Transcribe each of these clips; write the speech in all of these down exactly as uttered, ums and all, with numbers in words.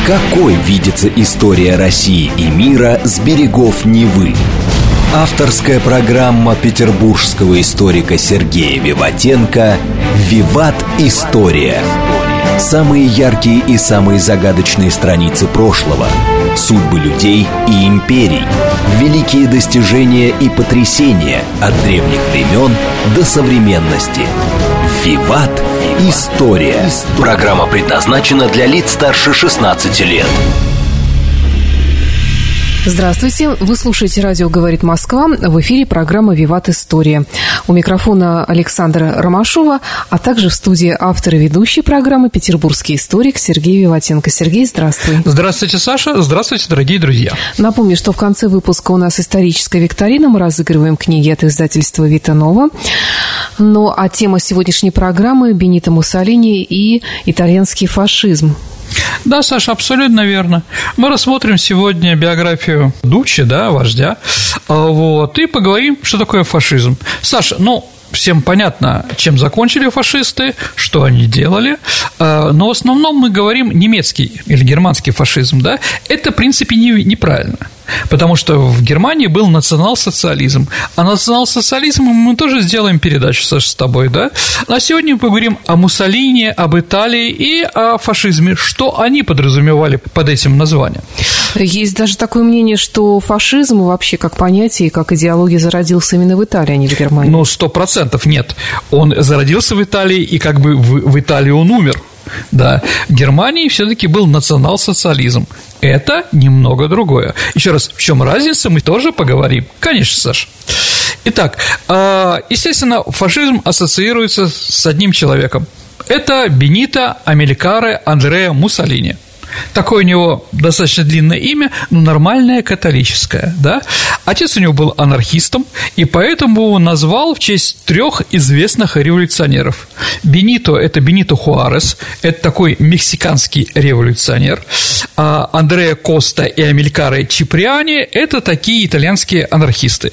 Какой видится история России и мира с берегов Невы? Авторская программа петербургского историка Сергея Виватенко «Виват. История». Самые яркие и самые загадочные страницы прошлого, судьбы людей и империй, великие достижения и потрясения от древних времен до современности. «Виват. История». Программа предназначена для лиц старше шестнадцати лет. Здравствуйте, вы слушаете «Радио говорит Москва», в эфире программа «Виват. История». У микрофона Александра Ромашова, а также в студии автор и ведущий программы петербургский историк Сергей Виватенко. Сергей, здравствуй. Здравствуйте, Саша. Здравствуйте, дорогие друзья. Напомню, что в конце выпуска у нас историческая викторина. Мы разыгрываем книги от издательства «Вита Нова». Ну, а тема сегодняшней программы – Бенито Муссолини и итальянский фашизм. Да, Саша, абсолютно верно. Мы рассмотрим сегодня биографию Дуччи, да, вождя, вот, и поговорим, что такое фашизм. Саша, ну, всем понятно, чем закончили фашисты, что они делали, но в основном мы говорим немецкий или германский фашизм, да, это, в принципе, не, неправильно. Потому что в Германии был национал-социализм. А национал-социализм мы тоже сделаем передачу, Саша, с тобой, да? А сегодня мы поговорим о Муссолини, об Италии и о фашизме. Что они подразумевали под этим названием? Есть даже такое мнение, что фашизм вообще как понятие, как идеология зародился именно в Италии, а не в Германии. Ну, сто процентов нет. Он зародился в Италии, и как бы в, в Италии он умер. Да, в Германии все-таки был национал-социализм. Это немного другое. Еще раз, в чем разница, мы тоже поговорим. Конечно, Саша. Итак, естественно, фашизм ассоциируется с одним человеком. Это Бенито Амилькаре Андреа Муссолини. Такое у него достаточно длинное имя, но нормальное католическое, да? Отец у него был анархистом, и поэтому его назвал в честь трех известных революционеров. Бенито – это Бенито Хуарес, это такой мексиканский революционер, а Андреа Коста и Амилькаре Чиприани – это такие итальянские анархисты.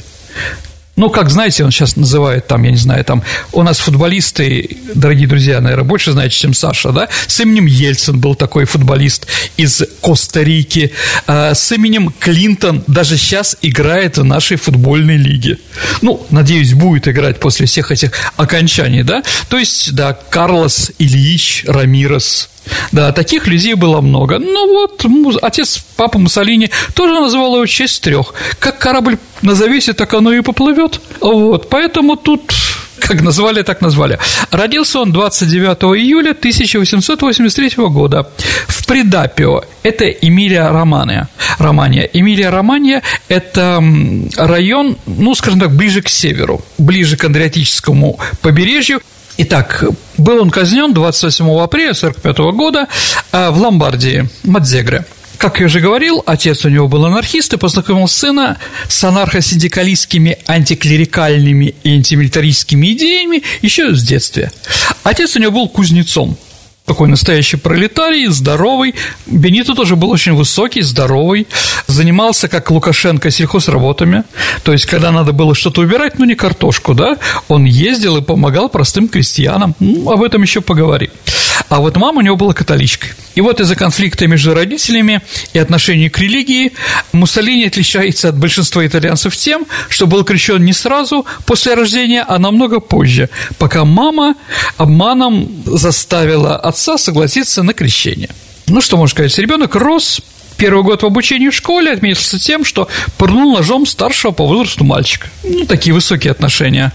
Ну, как знаете, он сейчас называет там, я не знаю, там у нас футболисты, дорогие друзья, наверное, больше знаете, чем Саша, да? С именем Ельцин был такой футболист из Коста-Рики, а с именем Клинтон даже сейчас играет в нашей футбольной лиге. Ну, надеюсь, будет играть после всех этих окончаний, да? То есть, да, Карлос Ильич Рамирес. Да, таких людей было много. Ну вот, отец, папа Муссолини тоже называл его в честь трех. Как корабль назовете, так оно и поплывет. Вот, поэтому тут как назвали, так назвали. Родился он двадцать девятого июля тысяча восемьсот восемьдесят третьего года в Предапио. Это Эмилия-Романья. Романья. Эмилия-Романья – это район, ну, скажем так, ближе к северу, ближе к Адриатическому побережью. Итак, был он казнен двадцать восьмого апреля сорок пятого года в Ломбардии, Мадзегре. Как я уже говорил, отец у него был анархист и познакомил сына с анархо-синдикалистскими, антиклерикальными и антимилитаристскими идеями еще с детства. Отец у него был кузнецом. Такой настоящий пролетарий, здоровый. Бенито тоже был очень высокий, здоровый. Занимался, как Лукашенко, сельхозработами. То есть, когда надо было что-то убирать, ну, не картошку, да, он ездил и помогал простым крестьянам. Ну, об этом еще поговорим. А вот мама у него была католичкой. И вот из-за конфликта между родителями и отношений к религии Муссолини отличается от большинства итальянцев тем, что был крещен не сразу после рождения, а намного позже, пока мама обманом заставила отца согласиться на крещение. Ну, что можно сказать, ребенок рос. Первый год в обучении в школе отметился тем, что пырнул ножом старшего по возрасту мальчика. Ну, такие высокие отношения.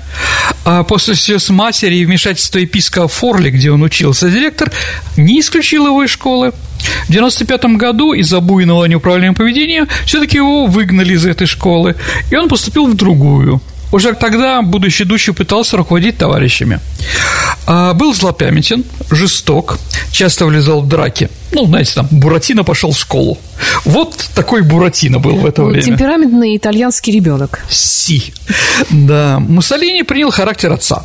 А после с матерью и вмешательства епископа Форли, где он учился, директор не исключил его из школы. В девяносто пятом году из-за буйного неуправляемого поведения все-таки его выгнали из этой школы, и он поступил в другую. Уже тогда будущий Дуччи пытался руководить товарищами. А, был злопамятен, жесток, часто влезал в драки. Ну, знаете, там, Буратино пошел в школу. Вот такой Буратино был в это время. Темпераментный итальянский ребенок. Си. Да. Муссолини принял характер отца.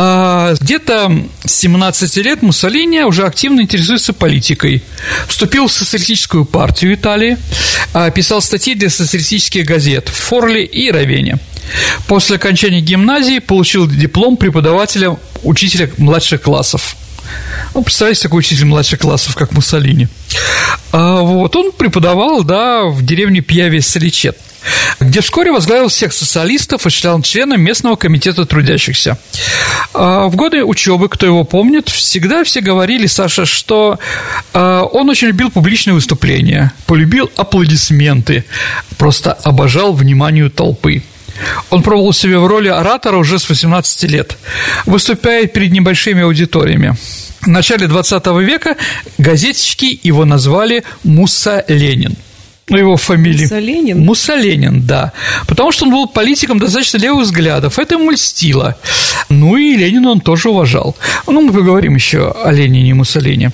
А где-то с семнадцати лет Муссолини уже активно интересуется политикой. Вступил в социалистическую партию Италии, писал статьи для социалистических газет в Форли и Равене. После окончания гимназии получил диплом преподавателя, учителя младших классов. Ну, представляете, такой учитель младших классов, как Муссолини. А, вот, он преподавал, да, в деревне Пьяве-Соличет, где вскоре возглавил всех социалистов и стал членом местного комитета трудящихся. В годы учебы, кто его помнит, всегда все говорили, Саша, что он очень любил публичные выступления, полюбил аплодисменты, просто обожал вниманию толпы. Он пробовал себя в роли оратора уже с восемнадцати лет, выступая перед небольшими аудиториями. В начале двадцатого века газетчики его назвали Мусса-Ленин. Ну, его фамилия... Муссоленин? Муссоленин, да. Потому что он был политиком достаточно левых взглядов. Это ему льстило. Ну, и Ленина он тоже уважал. Ну, мы поговорим еще о Ленине и Муссолини.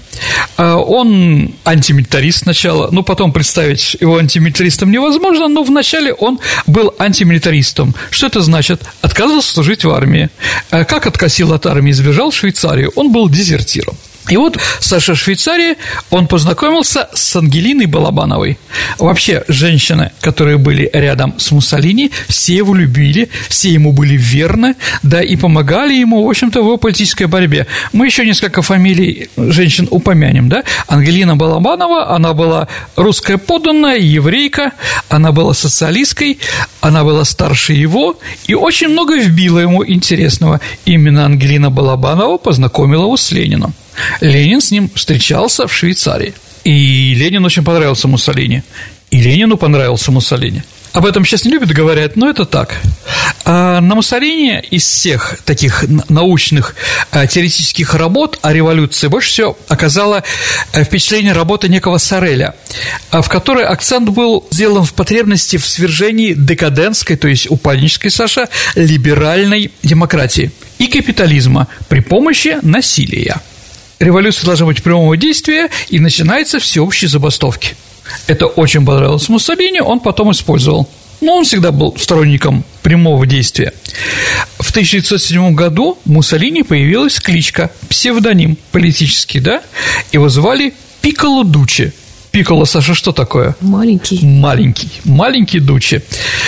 Он антимилитарист сначала, ну, потом представить его антимилитаристом невозможно, но вначале он был антимилитаристом. Что это значит? Отказывался служить в армии. Как откосил от армии и сбежал в Швейцарию? Он был дезертиром. И вот Саша в Швейцарии, он познакомился с Ангелиной Балабановой. Вообще, женщины, которые были рядом с Муссолини, все его любили, все ему были верны, да, и помогали ему, в общем-то, в его политической борьбе. Мы еще несколько фамилий женщин упомянем, да. Ангелина Балабанова, она была русская подданная, еврейка, она была социалисткой, она была старше его, и очень много вбила ему интересного. Именно Ангелина Балабанова познакомила его с Лениным. Ленин с ним встречался в Швейцарии. И Ленину очень понравился Муссолини. И Ленину понравился Муссолини. Об этом сейчас не любят говорить, но это так. А на Муссолини из всех таких научных теоретических работ о революции больше всего оказало впечатление работы некого Сореля, в которой акцент был сделан в потребности в свержении декадентской, то есть упаднической, Саша, либеральной демократии и капитализма при помощи насилия. Революция должна быть прямого действия, и начинается всеобщей забастовки. Это очень понравилось Муссолини, он потом использовал. Но он всегда был сторонником прямого действия. В тысяча девятьсот седьмом году Муссолини появилась кличка, псевдоним политический, да? Его звали Пикколо Дуччи. Пикколо, Саша, что такое? Маленький. Маленький. Маленький Дуччи.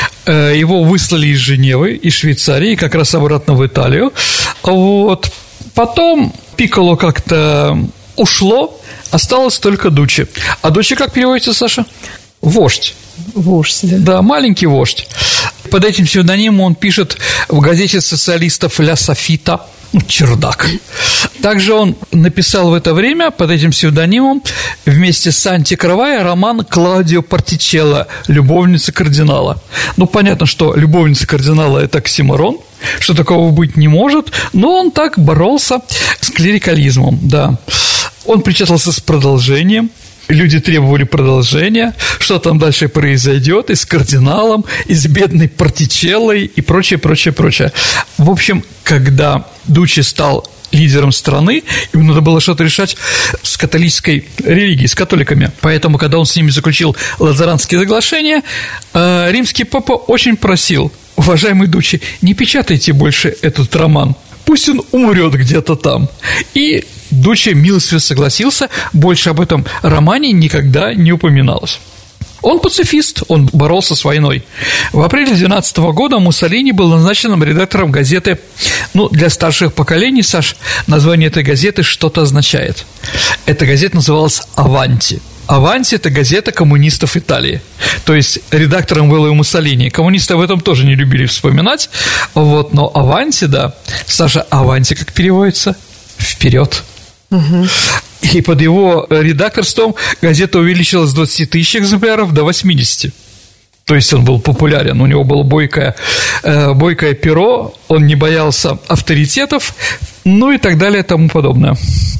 Его выслали из Женевы, из Швейцарии, как раз обратно в Италию. Вот. Потом Пикколо как-то ушло, осталось только Дуччи. А Дуччи как переводится, Саша? Вождь. Вождь, да. Да, маленький вождь. Под этим псевдонимом он пишет в газете социалистов «Ля Софита», ну, чердак. Также он написал в это время под этим псевдонимом вместе с Санти Каравайо роман «Клаудио Партичелло. Любовница кардинала». Ну, понятно, что любовница кардинала – это оксиморон, что такого быть не может, но он так боролся с клерикализмом, да. Он причастился с продолжением. Люди требовали продолжения, что там дальше произойдет и с кардиналом, и с бедной Партичеллой, и прочее, прочее, прочее. В общем, когда Дуччи стал лидером страны, ему надо было что-то решать с католической религией, с католиками. Поэтому, когда он с ними заключил Лазаранские соглашения, римский папа очень просил: уважаемый Дуччи, не печатайте больше этот роман, пусть он умрет где-то там. И Дуччи милостиво согласился, больше об этом романе никогда не упоминалось. Он пацифист, он боролся с войной. В апреле две тысячи двенадцатого года Муссолини был назначен редактором газеты, ну, для старших поколений, Саш, название этой газеты что-то означает. Эта газета называлась «Аванти». «Аванти» – это газета коммунистов Италии. То есть редактором был и Муссолини. Коммунисты об этом тоже не любили вспоминать. Вот, но «Аванти», да. Саша, «Аванти» как переводится? Вперед. Угу. И под его редакторством газета увеличилась с двадцати тысяч экземпляров до восьмидесяти. То есть он был популярен, у него было бойкое, э, бойкое перо, он не боялся авторитетов, ну и так далее и тому подобное.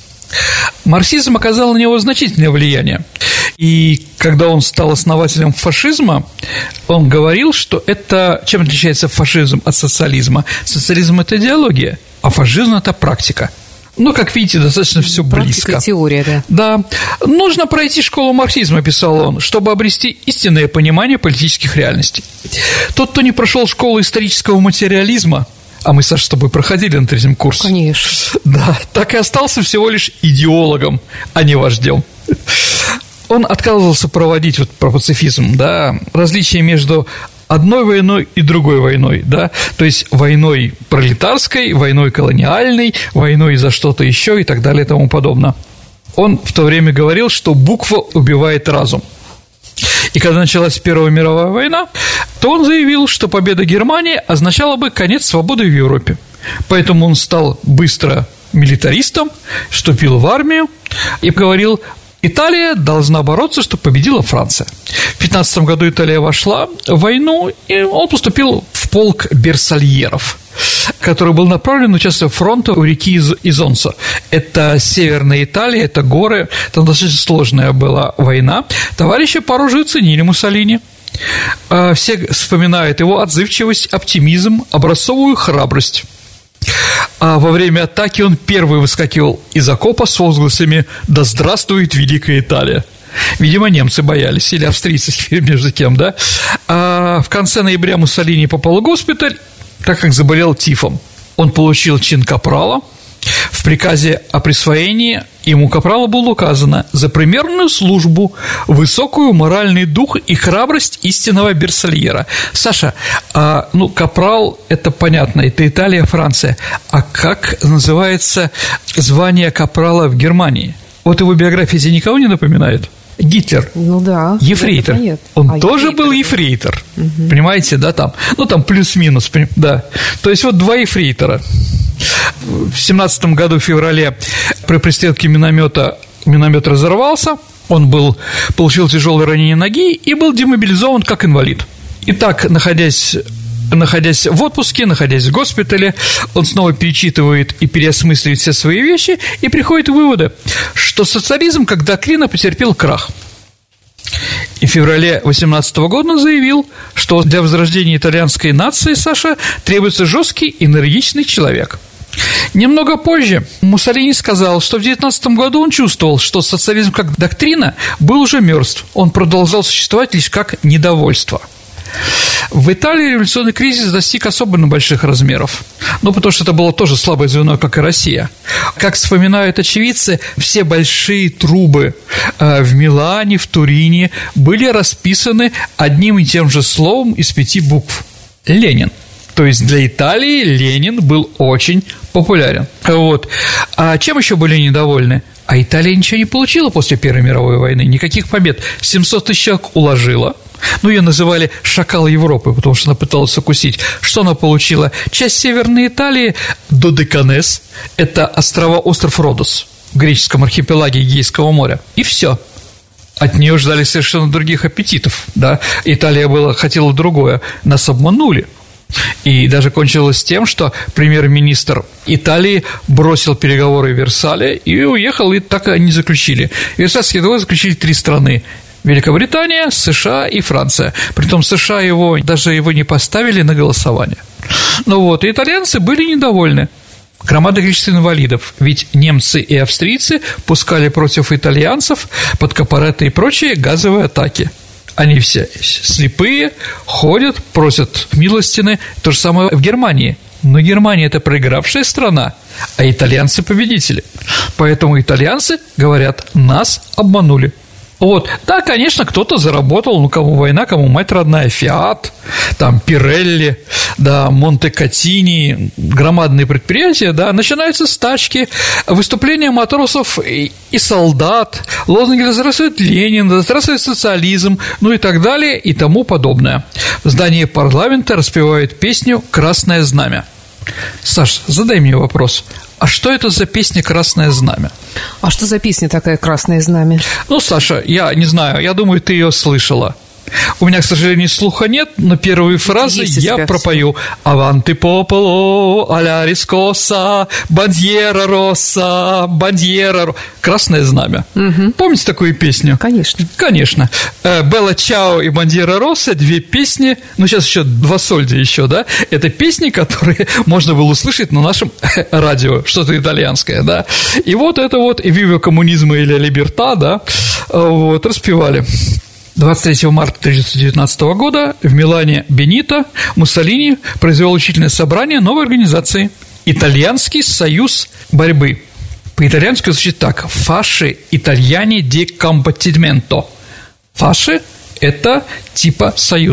Марксизм оказал на него значительное влияние. И когда он стал основателем фашизма, он говорил, что это... Чем отличается фашизм от социализма? Социализм – это идеология, а фашизм – это практика. Ну, как видите, достаточно все близко. Практика, теория, да. Да. Нужно пройти школу марксизма, писал он, чтобы обрести истинное понимание политических реальностей. Тот, кто не прошел школу исторического материализма, а мы, Саша, с тобой проходили на третьем курсе. Конечно. Да, так и остался всего лишь идеологом, а не вождем. Он отказывался проводить, вот про пацифизм, да, различия между одной войной и другой войной, да, то есть войной пролетарской, войной колониальной, войной за что-то еще и так далее и тому подобное. Он в то время говорил, что буква убивает разум. И когда началась Первая мировая война, то он заявил, что победа Германии означала бы конец свободы в Европе. Поэтому он стал быстро милитаристом, вступил в армию и говорил: Италия должна бороться, чтобы победила Франция. В тысяча девятьсот пятнадцатом году Италия вошла в войну, и он поступил в полк берсальеров, который был направлен на участок фронта у реки Изонсо. Это северная Италия, это горы, там достаточно сложная была война. Товарищи по оружию ценили Муссолини. Все вспоминают его отзывчивость, оптимизм, образцовую храбрость. А во время атаки он первый выскакивал из окопа с возгласами «Да здравствует Великая Италия!». Видимо, немцы боялись, или австрийцы, между кем, да? А в конце ноября Муссолини попал в госпиталь, так как заболел тифом. Он получил чин капрала. В приказе о присвоении ему капрала было указано за примерную службу, высокую моральный дух и храбрость истинного берсальера. Саша, а, ну, капрал – это понятно, это Италия, Франция. А как называется звание капрала в Германии? Вот его биография тебе никого не напоминает? Гитлер. Ну да. Ефрейтор. Он а, тоже ефрейтор. был ефрейтор. Угу. Понимаете, да, там? Ну, там плюс-минус, да. То есть вот два ефрейтора. В семнадцатом году, в феврале, при пристрелке миномета миномет разорвался, он был, получил тяжелое ранение ноги и был демобилизован как инвалид. Итак, находясь Находясь в отпуске, находясь в госпитале, он снова перечитывает и переосмысливает все свои вещи и приходит к выводу, что социализм как доктрина потерпел крах. И в феврале восемнадцатого года он заявил, что для возрождения итальянской нации, Саша, требуется жесткий, энергичный человек. Немного позже Муссолини сказал, что в девятнадцатом году он чувствовал, что социализм как доктрина был уже мертв, он продолжал существовать лишь как недовольство. В Италии революционный кризис достиг особенно больших размеров, ну, потому что это было тоже слабое звено, как и Россия. Как вспоминают очевидцы, все большие трубы в Милане, в Турине были расписаны одним и тем же словом из пяти букв – Ленин. То есть для Италии Ленин был очень популярен. Вот. А чем еще были недовольны? А Италия ничего не получила после Первой мировой войны, никаких побед. семьсот тысяч человек уложила. Ну, ее называли «шакал Европы», потому что она пыталась укусить. Что она получила? Часть Северной Италии, Додеканес, это острова, остров Родос в греческом архипелаге Эгейского моря. И все. От нее ждали совершенно других аппетитов, да? Италия была, хотела другое. Нас обманули. И даже кончилось тем, что премьер-министр Италии бросил переговоры в Версале и уехал, и так они заключили. Версальские договоры заключили три страны: Великобритания, США и Франция. Притом США его, даже его не поставили на голосование. Ну вот, и итальянцы были недовольны. Громадное количество инвалидов, ведь немцы и австрийцы пускали против итальянцев под Капоретто и прочие газовые атаки. Они все слепые, ходят, просят милостины. То же самое в Германии. Но Германия – это проигравшая страна, а итальянцы – победители. Поэтому итальянцы говорят: нас обманули. Вот, да, конечно, кто-то заработал, ну, кому война, кому мать родная, Фиат, там, Пирелли, да, Монте-Катини, громадные предприятия, да, начинаются стачки, выступления матросов и, и солдат, лозунги «Да здравствует Ленин», «Да здравствует социализм», ну и так далее, и тому подобное. В здании парламента распевают песню «Красное знамя». Саш, задай мне вопрос. А что это за песня «Красное знамя»? А что за песня такая «Красное знамя»? Ну, Саша, я не знаю, я думаю, ты ее слышала. У меня, к сожалению, слуха нет, но первые фразы я пропою. «Аванти пополо, аля рискоса, бандьера росса, бандьера...» «Красное знамя». Угу. Помните такую песню? Конечно. Конечно. «Белла Чао» и «Бандьера росса» – две песни, ну, сейчас еще «Два сольди» еще, да? Это песни, которые можно было услышать на нашем радио, что-то итальянское, да? И вот это вот «Вива коммунизма» или «Либерта», да, вот, распевали. двадцать третьего марта тысяча девятьсот девятнадцатого года в Милане Бенито Муссолини произвел учительное собрание новой организации «Итальянский союз борьбы». По-итальянски звучит так: «Фаши итальяне ди комбаттименто». Фаши – это типа союз.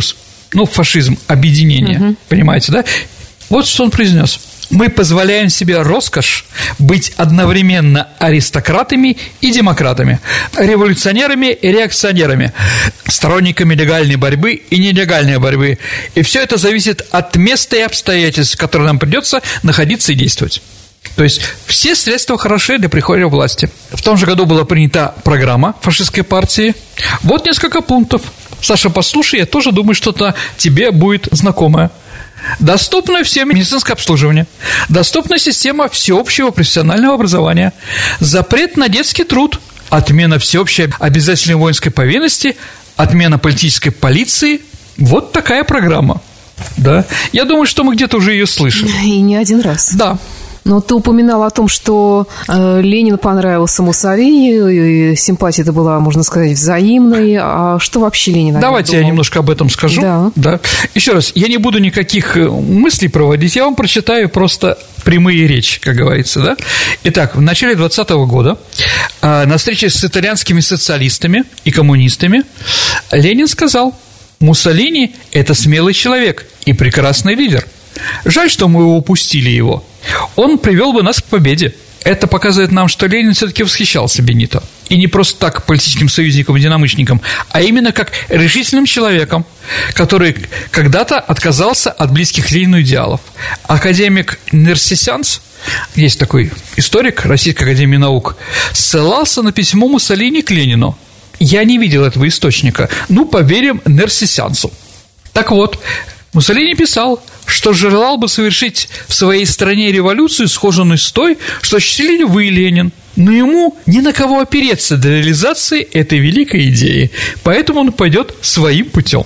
ну, фашизм, объединение, угу. понимаете, да? Вот что он произнес. Мы позволяем себе роскошь быть одновременно аристократами и демократами, революционерами и реакционерами, сторонниками легальной борьбы и нелегальной борьбы. И все это зависит от места и обстоятельств, в которых нам придется находиться и действовать. То есть все средства хороши для прихода к власти. В том же году была принята программа фашистской партии. Вот несколько пунктов. Саша, послушай, я тоже думаю, что-то тебе будет знакомое. Доступное всем медицинское обслуживание, доступная система всеобщего профессионального образования, запрет на детский труд, отмена всеобщей обязательной воинской повинности, отмена политической полиции. Вот такая программа. Да. Я думаю, что мы где-то уже ее слышали. И не один раз. Да. Но ты упоминал о том, что э, Ленин понравился Муссолини, и симпатия это была, можно сказать, взаимной. А что вообще Ленин? Давайте думал? Я немножко об этом скажу. Да. Да. Еще раз, я не буду никаких мыслей проводить, я вам прочитаю просто прямые речи, как говорится. Да? Итак, в начале двадцатого года э, на встрече с итальянскими социалистами и коммунистами Ленин сказал: Муссолини – это смелый человек и прекрасный лидер. Жаль, что мы упустили его. Он привел бы нас к победе. Это показывает нам, что Ленин все-таки восхищался Бенито. И не просто так политическим союзником и единомышленником, а именно как решительным человеком, который когда-то отказался от близких Ленину идеалов. Академик Нерсисянс, есть такой историк Российской академии наук, ссылался на письмо Муссолини к Ленину. Я не видел этого источника. Ну, поверим Нерсисянсу. Так вот, Муссолини писал, что желал бы совершить в своей стране революцию, схожую с той, что осуществили вы, Ленин. Но ему ни на кого опереться для реализации этой великой идеи, поэтому он пойдет своим путем.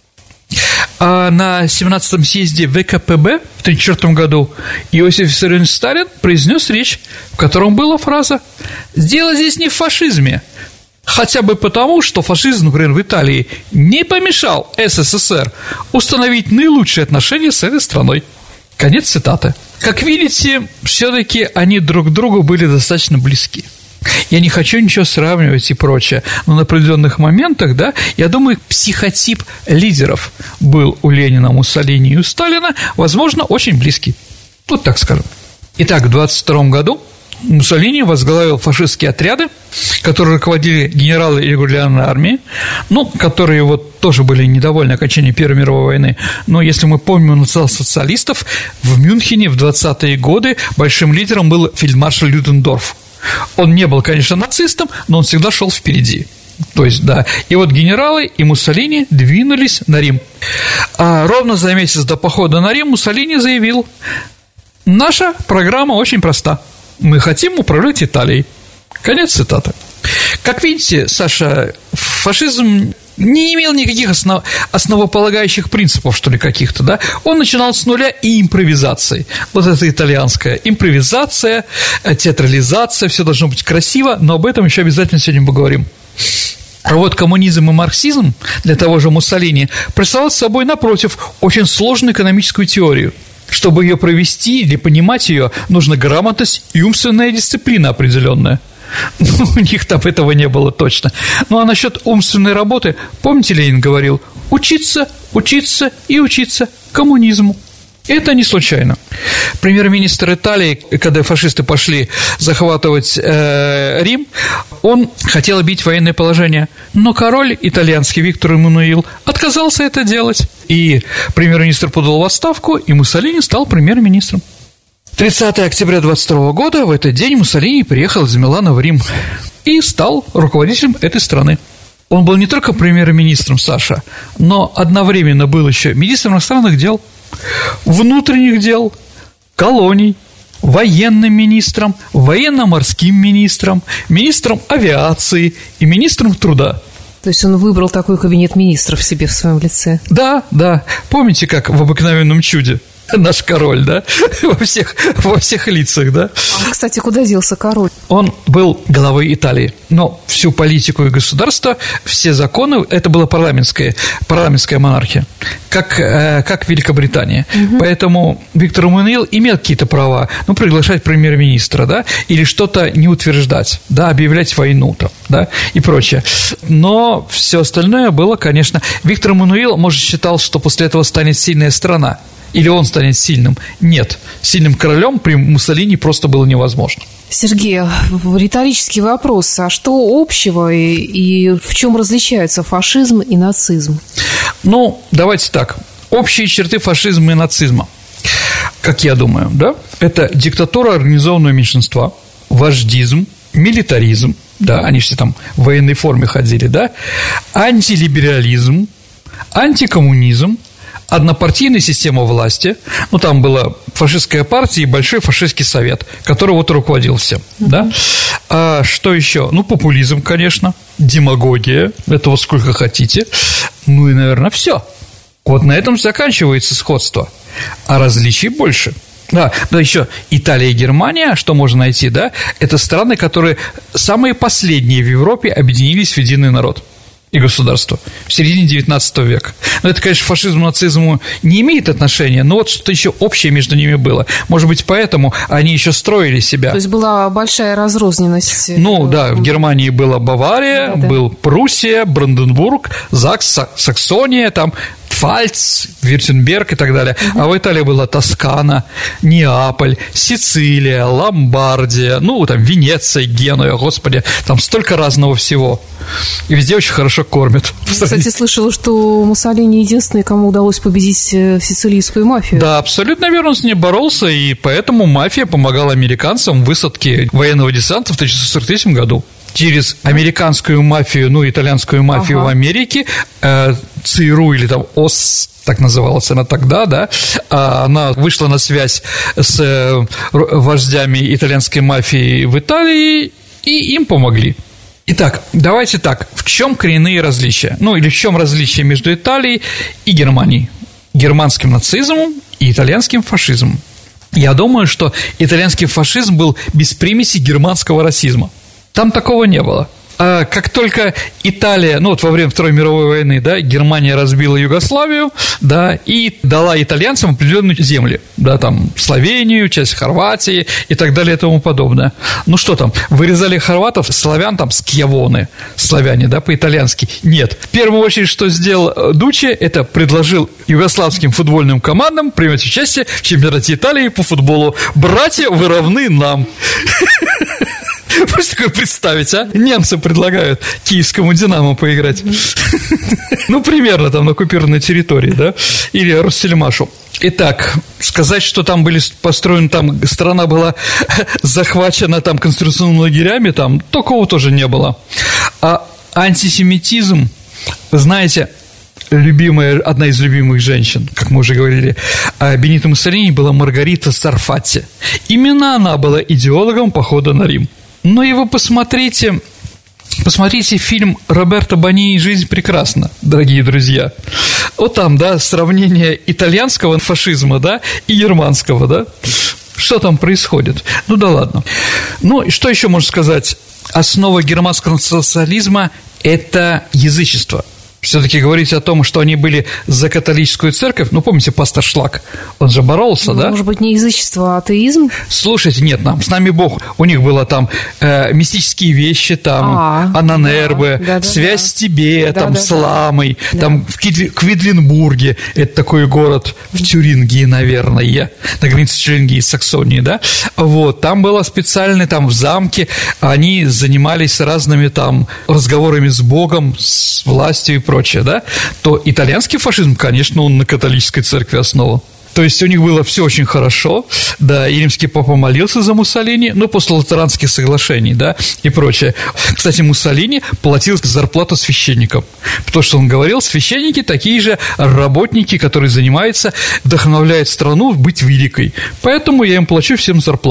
А на семнадцатом съезде вэ ка пэ бэ в тысяча девятьсот тридцать четвёртом году Иосиф Виссарионович Сталин произнес речь, в котором была фраза: «Дело здесь не в фашизме, хотя бы потому, что фашизм, например, в Италии не помешал эс эс эс эр установить наилучшие отношения с этой страной». Конец цитаты. Как видите, все-таки они друг к другу были достаточно близки. Я не хочу ничего сравнивать и прочее, но на определенных моментах, да, я думаю, психотип лидеров был у Ленина, Муссолини и у Сталина, возможно, очень близкий. Вот так скажем. Итак, в двадцать втором году Муссолини возглавил фашистские отряды, которые руководили генералы регулярной армии, ну, которые вот тоже были недовольны окончанием Первой мировой войны. Но если мы помним национал-социалистов, в Мюнхене в двадцатые годы большим лидером был фельдмаршал Людендорф. Он не был, конечно, нацистом, но он всегда шел впереди. То есть, да. И вот генералы и Муссолини двинулись на Рим. А ровно за месяц до похода на Рим Муссолини заявил: наша программа очень проста. Мы хотим управлять Италией. Конец цитаты. Как видите, Саша, фашизм не имел никаких основ... основополагающих принципов, что ли, каких-то, да? Он начинал с нуля и импровизации. Вот это итальянская импровизация, театрализация, все должно быть красиво, но об этом еще обязательно сегодня поговорим. А вот коммунизм и марксизм для того же Муссолини представляют собой, напротив, очень сложную экономическую теорию. Чтобы ее провести или понимать ее, нужна грамотность и умственная дисциплина определенная. Ну, у них там этого не было точно. Ну, а насчет умственной работы, помните, Ленин говорил: учиться, учиться и учиться коммунизму. Это не случайно. Премьер-министр Италии, когда фашисты пошли захватывать э, Рим, он хотел объявить военное положение, но король итальянский Виктор Эммануил отказался это делать, и премьер-министр подал в отставку, и Муссолини стал премьер-министром. тридцатого октября двадцать второго года, в этот день, Муссолини приехал из Милана в Рим и стал руководителем этой страны. Он был не только премьер-министром, Саша, но одновременно был еще министром иностранных дел, внутренних дел, колоний, военным министром, военно-морским министром, министром авиации и министром труда. То есть он выбрал такой кабинет министров себе в своем лице? Да, да. Помните, как в «Обыкновенном чуде»? наш король, да, во всех, во всех лицах, да. А, кстати, куда делся король? Он был главой Италии, но всю политику и государство, все законы, это была парламентская, парламентская монархия, как, э, как Великобритания. Угу. Поэтому Виктор Эммануил имел какие-то права, ну, приглашать премьер-министра, да, или что-то не утверждать, да, объявлять войну там, да, и прочее. Но все остальное было, конечно, Виктор Эммануил, может, считал, что после этого станет сильная страна. Или он станет сильным? Нет. Сильным королем при Муссолини просто было невозможно. Сергей, риторический вопрос. А что общего и, и в чем различаются фашизм и нацизм? Ну, давайте так. Общие черты фашизма и нацизма, как я думаю, да? Это диктатура организованного меньшинства, вождизм, милитаризм, да, они все там в военной форме ходили, да? Антилиберализм, антикоммунизм, однопартийная система власти, ну, там была фашистская партия и большой фашистский совет, который вот руководил всем, mm-hmm. да. А что еще? Ну, популизм, конечно, демагогия, это вот сколько хотите, ну и, наверное, все. Вот на этом заканчивается сходство, а различий больше. Да, да, еще Италия и Германия, что можно найти, да, это страны, которые самые последние в Европе объединились в единый народ и государство в середине девятнадцатого века. Но это, конечно, фашизму, нацизму не имеет отношения, но вот что-то еще общее между ними было. Может быть, поэтому они еще строили себя. То есть была большая разрозненность. Ну, да, в Германии была Бавария, да, да. был Пруссия, Бранденбург, Закс, Саксония, там Пфальц, Вюртемберг и так далее. Uh-huh. А в Италии была Тоскана, Неаполь, Сицилия, Ломбардия, ну, там, Венеция, Генуя, господи, там столько разного всего. И везде очень хорошо кормят. Я, кстати, слышала, что Муссолини единственный, кому удалось победить сицилийскую мафию. Да, абсолютно верно, он с ней боролся, и поэтому мафия помогала американцам в высадке военного десанта в тысяча девятьсот сорок третьем году. Через американскую мафию, ну, итальянскую мафию ага. в Америке, э, ЦРУ или там ОС, так называлась она тогда, да, она вышла на связь с э, вождями итальянской мафии в Италии, и им помогли. Итак, давайте так, в чем коренные различия? Ну, или в чем различия между Италией и Германией? Германским нацизмом и итальянским фашизмом. Я думаю, что итальянский фашизм был без примеси германского расизма. Там такого не было. А как только Италия, ну вот во время Второй мировой войны, да, Германия разбила Югославию, да, и дала итальянцам определенные земли, да, там Словению, часть Хорватии и так далее и тому подобное. Ну что там, вырезали хорватов, славян там скьявоны, славяне, да, по-итальянски? Нет. В первую очередь, что сделал Дуччи, это предложил югославским футбольным командам принять участие в чемпионате Италии по футболу. Братья, вы равны нам. Можете такое представить, а? Немцы предлагают киевскому «Динамо» поиграть. Ну, примерно там на оккупированной территории, да? Или Россельмашу. Итак, сказать, что там были построены, там страна была захвачена там концентрационными лагерями, там такого тоже не было. А антисемитизм, вы знаете, любимая, одна из любимых женщин, как мы уже говорили, Бенито Муссолини была Маргарита Сарфати. Именно она была идеологом похода на Рим. Ну и вы посмотрите, посмотрите фильм Роберто Бонини «Жизнь прекрасна», дорогие друзья. Вот там, да, сравнение итальянского фашизма, да, и германского, да. Что там происходит? Ну да ладно. Ну и что еще можно сказать? Основа германского социализма – это язычество. Все-таки говорить о том, что они были за католическую церковь, ну, помните, пастор Шлак, он же боролся, ну, да? Может быть, не язычество, а атеизм? Слушайте, нет, нам, с нами Бог. У них было там э, мистические вещи, там, а, Ананербе, да, да, связь да. с тебе, да, там, да, с Ламой, да. там, в Квидлинбурге, это такой город в Тюрингии, наверное, на границе Тюрингии и Саксонии, да? Вот, там было специально, там, в замке, они занимались разными, там, разговорами с Богом, с властью и прочее, да, то итальянский фашизм, конечно, он на католической церкви основан. То есть у них было все очень хорошо, да, и римский папа молился за Муссолини, ну, после латеранских соглашений, да, и прочее. Кстати, Муссолини платил зарплату священникам, потому что он говорил, священники такие же работники, которые занимаются, вдохновляют страну быть великой, поэтому я им плачу всем зарплату.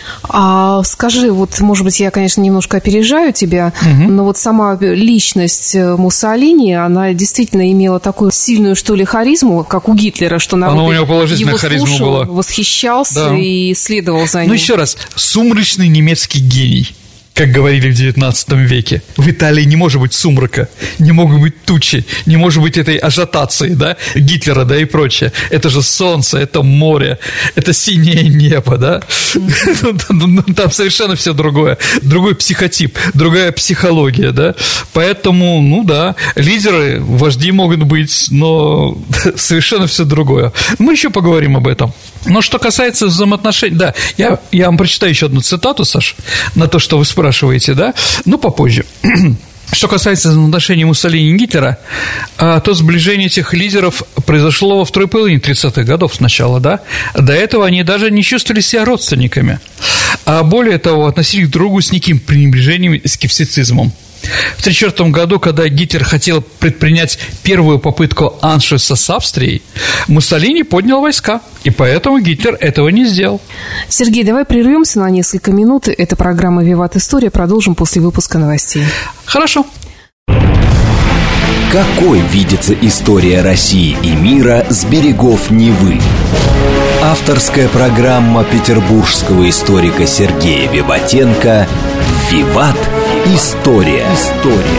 А скажи, вот, может быть, я, конечно, немножко опережаю тебя, угу. но вот сама личность Муссолини, она действительно имела такую сильную, что ли, харизму, как у Гитлера, что народ у него положительная его харизма слушал, была. восхищался да. и следовал за ним. Ну, еще раз, сумрачный немецкий гений. Как говорили в девятнадцатом веке, в Италии не может быть сумрака, не могут быть тучи, не может быть этой ажиотации, да, Гитлера, да, и прочее. Это же солнце, это море, это синее небо, да. Там совершенно все другое, другой психотип, другая психология, да. Поэтому, ну да, лидеры, вожди могут быть, но совершенно все другое. Мы еще поговорим об этом. Но что касается взаимоотношений, да, я, я вам прочитаю еще одну цитату, Саш, на то, что вы спрашиваете, да, но попозже. Что касается взаимоотношений Муссолини и Гитлера, то сближение этих лидеров произошло во второй половине тридцатых годов сначала, да. До этого они даже не чувствовали себя родственниками, а более того, относились друг к другу с неким пренебрежением и скептицизмом. В тысяча девятьсот тридцать четвёртом году, когда Гитлер хотел предпринять первую попытку аншлюса с Австрией, Муссолини поднял войска, и поэтому Гитлер этого не сделал. Сергей, давай прервемся на несколько минут. Это программа «Виват История». Продолжим после выпуска новостей. Хорошо. Какой видится история России и мира с берегов Невы? Авторская программа петербургского историка Сергея Виватенко «Виват. История». История.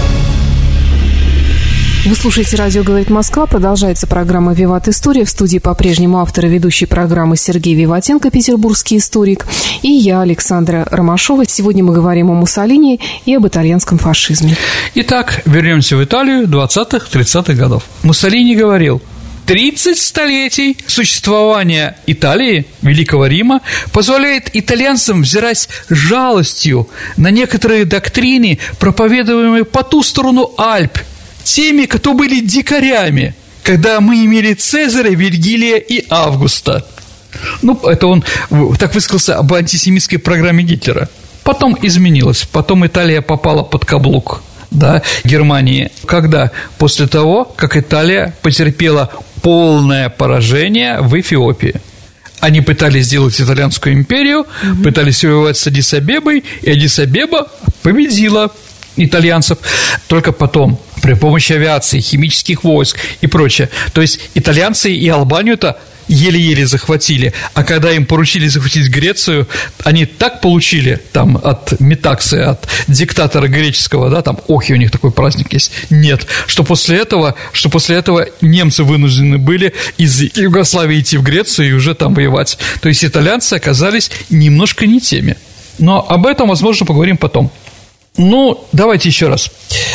Вы слушаете «Радио говорит Москва». Продолжается программа «Виват. История». В студии по-прежнему автор и ведущий программы Сергей Виватенко, петербургский историк, и я, Александра Ромашова. Сегодня мы говорим о Муссолини и об итальянском фашизме. Итак, вернемся в Италию двадцатых-тридцатых годов. Муссолини говорил: тридцать столетий существования Италии, Великого Рима, позволяет итальянцам взирать жалостью на некоторые доктрины, проповедуемые по ту сторону Альп, теми, кто были дикарями, когда мы имели Цезаря, Вергилия и Августа. Ну, это он так высказался об антисемитской программе Гитлера. Потом изменилось, потом Италия попала под каблук, да, Германии. Когда? После того, как Италия потерпела полное поражение в Эфиопии. Они пытались сделать итальянскую империю, mm-hmm. пытались воевать с Аддис-Абебой, и Аддис-Абеба победила итальянцев только потом, при помощи авиации, химических войск и прочее. То есть итальянцы и Албанию-то еле-еле захватили, а когда им поручили захватить Грецию, они так получили там от Метаксы, от диктатора греческого, да, там, охи, у них такой праздник есть, нет, что после этого, что после этого немцы вынуждены были из Югославии идти в Грецию и уже там воевать. То есть итальянцы оказались немножко не теми. Но об этом, возможно, поговорим потом. Ну, давайте еще раз.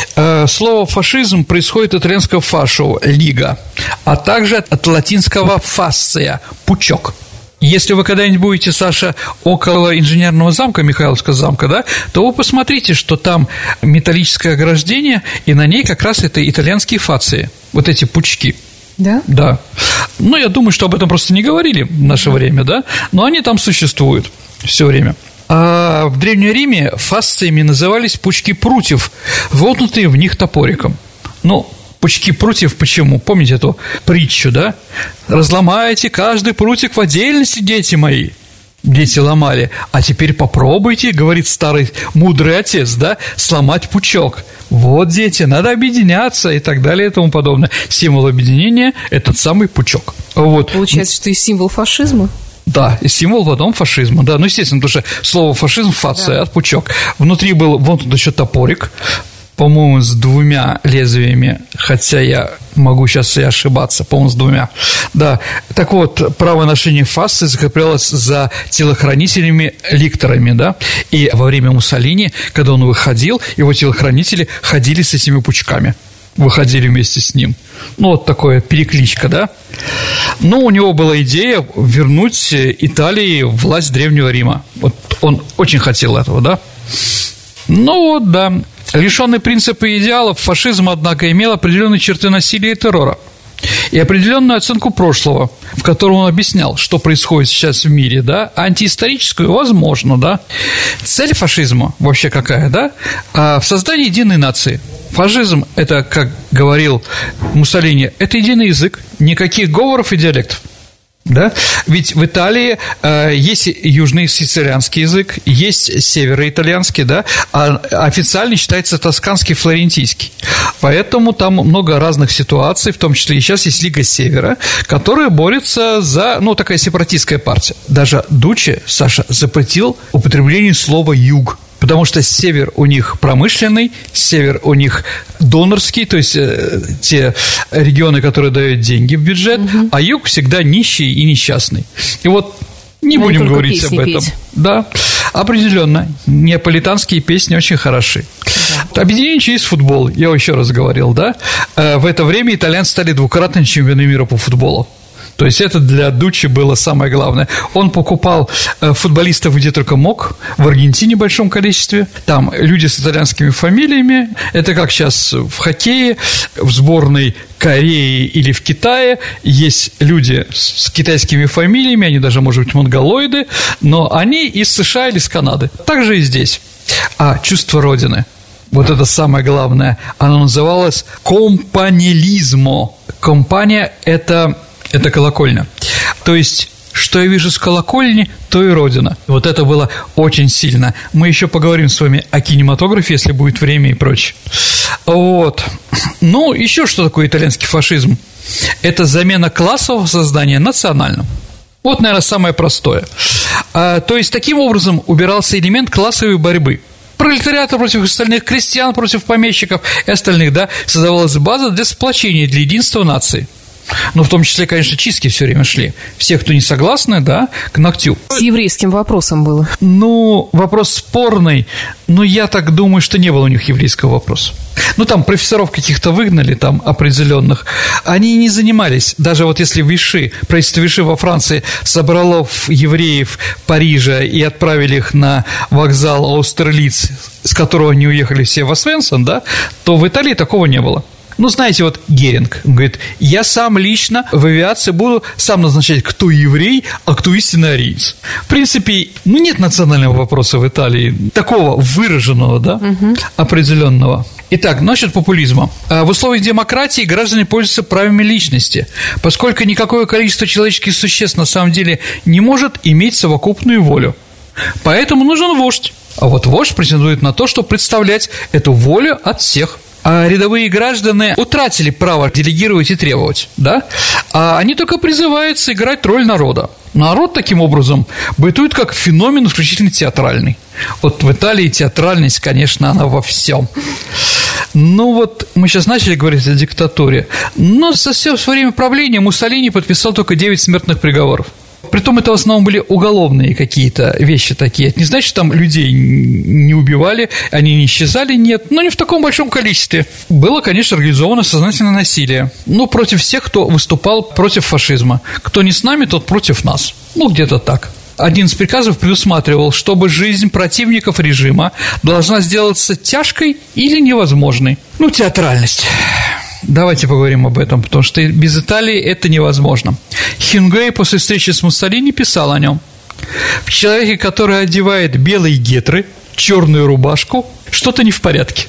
Слово «фашизм» происходит от итальянского «фашо» – «лига», а также от латинского «фасция» – «пучок». Если вы когда-нибудь будете, Саша, около инженерного замка, Михайловского замка, да, то вы посмотрите, что там металлическое ограждение, и на ней как раз это итальянские фации, вот эти пучки. Да? Да. Ну, я думаю, что об этом просто не говорили в наше да. время, да, но они там существуют все время. А в Древнем Риме фасциями назывались пучки прутьев, воткнутые в них топориком. Ну, пучки прутьев почему? Помните эту притчу, да? «Разломайте каждый прутик в отдельности, дети мои». Дети ломали. А теперь попробуйте, говорит старый мудрый отец, да, сломать пучок. Вот, дети, надо объединяться и так далее и тому подобное. Символ объединения – этот самый пучок. Вот. Получается, что и символ фашизма? Да, и символ потом фашизма, да, ну, естественно, потому что слово «фашизм» – фация, да. от пучок. Внутри был вон тут еще топорик, по-моему, с двумя лезвиями, хотя я могу сейчас и ошибаться, по-моему, с двумя. Да, так вот, право ношения фасы закреплялось за телохранителями-ликторами, да, и во время Муссолини, когда он выходил, его телохранители ходили с этими пучками. Выходили вместе с ним. Ну, вот такая перекличка, да? Но у него была идея вернуть Италии власть Древнего Рима. Вот он очень хотел этого, да? Ну, вот, да. Лишенный принципа и идеалов, фашизм, однако, имел определенные черты насилия и террора. И определенную оценку прошлого, в котором он объяснял, что происходит сейчас в мире, да, антиисторическую, возможно, да. Цель фашизма вообще какая, да? А в создании единой нации. Фашизм – это, как говорил Муссолини, это единый язык, никаких говоров и диалектов. Да? Ведь в Италии э, есть южный сицилианский язык, есть североитальянский, да, а официально считается тосканский, флорентийский. Поэтому там много разных ситуаций, в том числе и сейчас есть Лига Севера, которая борется за, ну, такая сепаратистская партия. Даже Дуччи, Саша, запретил употребление слова «юг». Потому что север у них промышленный, север у них донорский, то есть э, те регионы, которые дают деньги в бюджет, угу. а юг всегда нищий и несчастный. И вот не Но будем говорить об этом. Петь. Да, определенно. Неаполитанские песни очень хороши. Да. Объединение через футбол, я еще раз говорил, да. Э, в это время итальянцы стали двукратными чемпионами мира по футболу. То есть это для Дуччи было самое главное. Он покупал футболистов где только мог, в Аргентине в большом количестве. Там люди с итальянскими фамилиями. Это как сейчас в хоккее, в сборной Кореи или в Китае есть люди с китайскими фамилиями, они даже, может быть, монголоиды, но они из США или из Канады. Так же и здесь. А чувство Родины. Вот это самое главное. Оно называлось компанелизмо. Компания – это... Это колокольня. То есть, что я вижу с колокольни, то и Родина. Вот это было очень сильно. Мы еще поговорим с вами о кинематографе, если будет время и прочее. Вот. Ну, еще что такое итальянский фашизм? Это замена классового сознания национальным. Вот, наверное, самое простое. А, то есть, таким образом убирался элемент классовой борьбы. Пролетариата против остальных, крестьян против помещиков и остальных, да, создавалась база для сплочения, для единства нации. Ну, в том числе, конечно, чистки все время шли. Все, кто не согласны, да, к ногтю. С еврейским вопросом было. Ну, вопрос спорный, но я так думаю, что не было у них еврейского вопроса. Ну, там профессоров каких-то выгнали, там, определенных. Они не занимались, даже вот если Виши, правительство Виши во Франции собрало евреев Парижа и отправили их на вокзал Аустерлиц, с которого они уехали все в Освенцим, да, то в Италии такого не было. Ну, знаете, вот Геринг говорит, я сам лично в авиации буду сам назначать, кто еврей, а кто истинный ариец. В принципе, ну, нет национального вопроса в Италии, такого выраженного, да, угу. определенного. Итак, насчет популизма. В условиях демократии граждане пользуются правами личности, поскольку никакое количество человеческих существ на самом деле не может иметь совокупную волю. Поэтому нужен вождь. А вот вождь претендует на то, чтобы представлять эту волю от всех. А рядовые граждане утратили право делегировать и требовать, да? А они только призываются играть роль народа. Народ, таким образом, бытует как феномен исключительно театральный. Вот в Италии театральность, конечно, она во всем. Ну вот, мы сейчас начали говорить о диктатуре, но со всего время правления Муссолини подписал только девять смертных приговоров. Притом это в основном были уголовные какие-то вещи такие. Это не значит, что там людей не убивали, они не исчезали, нет, но не в таком большом количестве. Было, конечно, организовано сознательное насилие. Ну, против всех, кто выступал против фашизма. Кто не с нами, тот против нас. Ну, где-то так. Один из приказов предусматривал, чтобы жизнь противников режима должна сделаться тяжкой или невозможной. Ну, театральность. Давайте поговорим об этом, потому что без Италии это невозможно. Хемингуэй после встречи с Муссолини писал о нем. В человеке, который одевает белые гетры, черную рубашку, что-то не в порядке.